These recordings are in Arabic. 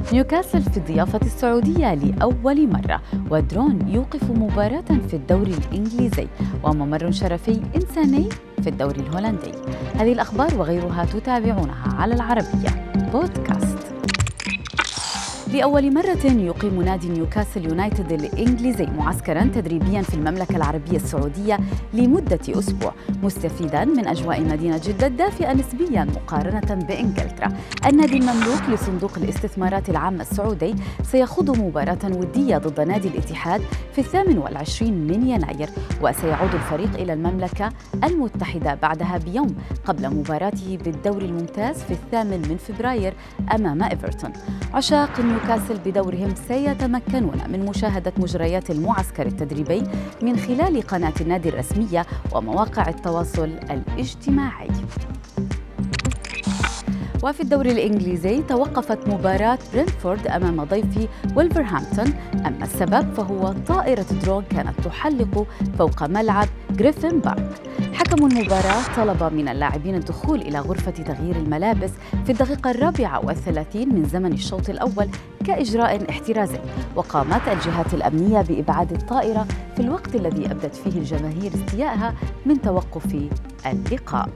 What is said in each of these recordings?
نيوكاسل في الضيافة السعودية لأول مرة، ودرون يوقف مباراة في الدوري الإنجليزي، وممر شرفي إنساني في الدوري الهولندي. هذه الأخبار وغيرها تتابعونها على العربية بودكاست. لأول مرة يقيم نادي نيوكاسل يونايتد الإنجليزي معسكراً تدريبياً في المملكة العربية السعودية لمدة أسبوع، مستفيداً من أجواء مدينة جدة الدافئة نسبياً مقارنة بإنجلترا. النادي المملوك لصندوق الاستثمارات العامة السعودي سيخوض مباراة ودية ضد نادي الاتحاد في 28 من يناير، وسيعود الفريق إلى المملكة المتحدة بعدها بيوم قبل مباراته بالدوري الممتاز في 8 من فبراير أمام إيفرتون. عشاق نيوكاسل بدورهم سيتمكنون من مشاهدة مجريات المعسكر التدريبي من خلال قناة النادي الرسمية ومواقع التواصل الاجتماعي. وفي الدوري الإنجليزي توقفت مباراة برينتفورد أمام ضيف وولفرهامبتون، أما السبب فهو طائرة درون كانت تحلق فوق ملعب غريفن بارك. حكم المباراة طلب من اللاعبين الدخول إلى غرفة تغيير الملابس في الدقيقة 34 من زمن الشوط الأول كإجراء احترازي، وقامت الجهات الأمنية بإبعاد الطائرة في الوقت الذي أبدت فيه الجماهير استيائها من توقف اللقاء.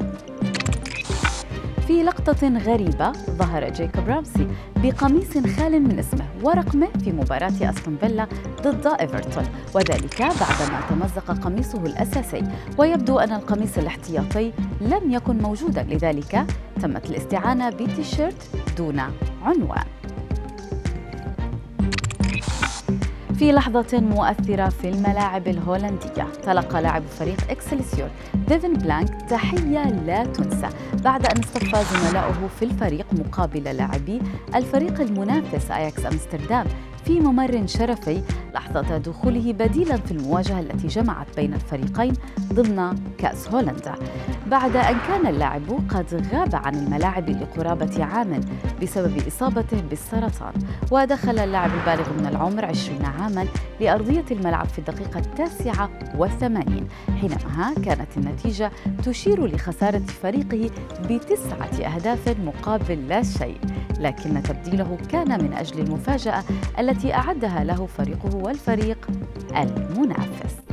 في لقطة غريبة ظهر جايكوب رامسي بقميص خال من اسمه ورقمه في مباراة أستون فيلا ضد إيفرتون، وذلك بعدما تمزق قميصه الأساسي، ويبدو أن القميص الاحتياطي لم يكن موجوداً، لذلك تمت الاستعانة بتيشيرت دون عنوان. في لحظة مؤثرة في الملاعب الهولندية تلقى لاعب فريق إكسلسيور ديفن بلانك تحية لا تنسى بعد أن اصطف زملائه في الفريق مقابل لاعبي الفريق المنافس أياكس أمستردام في ممر شرفي لحظة دخوله بديلاً في المواجهة التي جمعت بين الفريقين ضمن كأس هولندا، بعد أن كان اللاعب قد غاب عن الملاعب لقرابة عام بسبب إصابته بالسرطان. ودخل اللاعب البالغ من العمر 20 عاماً لأرضية الملعب في الدقيقة 89 حينما كانت النتيجة تشير لخسارة فريقه ب9 أهداف مقابل لا شيء، لكن تبديله كان من أجل المفاجأة التي أعدها له فريقه والفريق المنافس.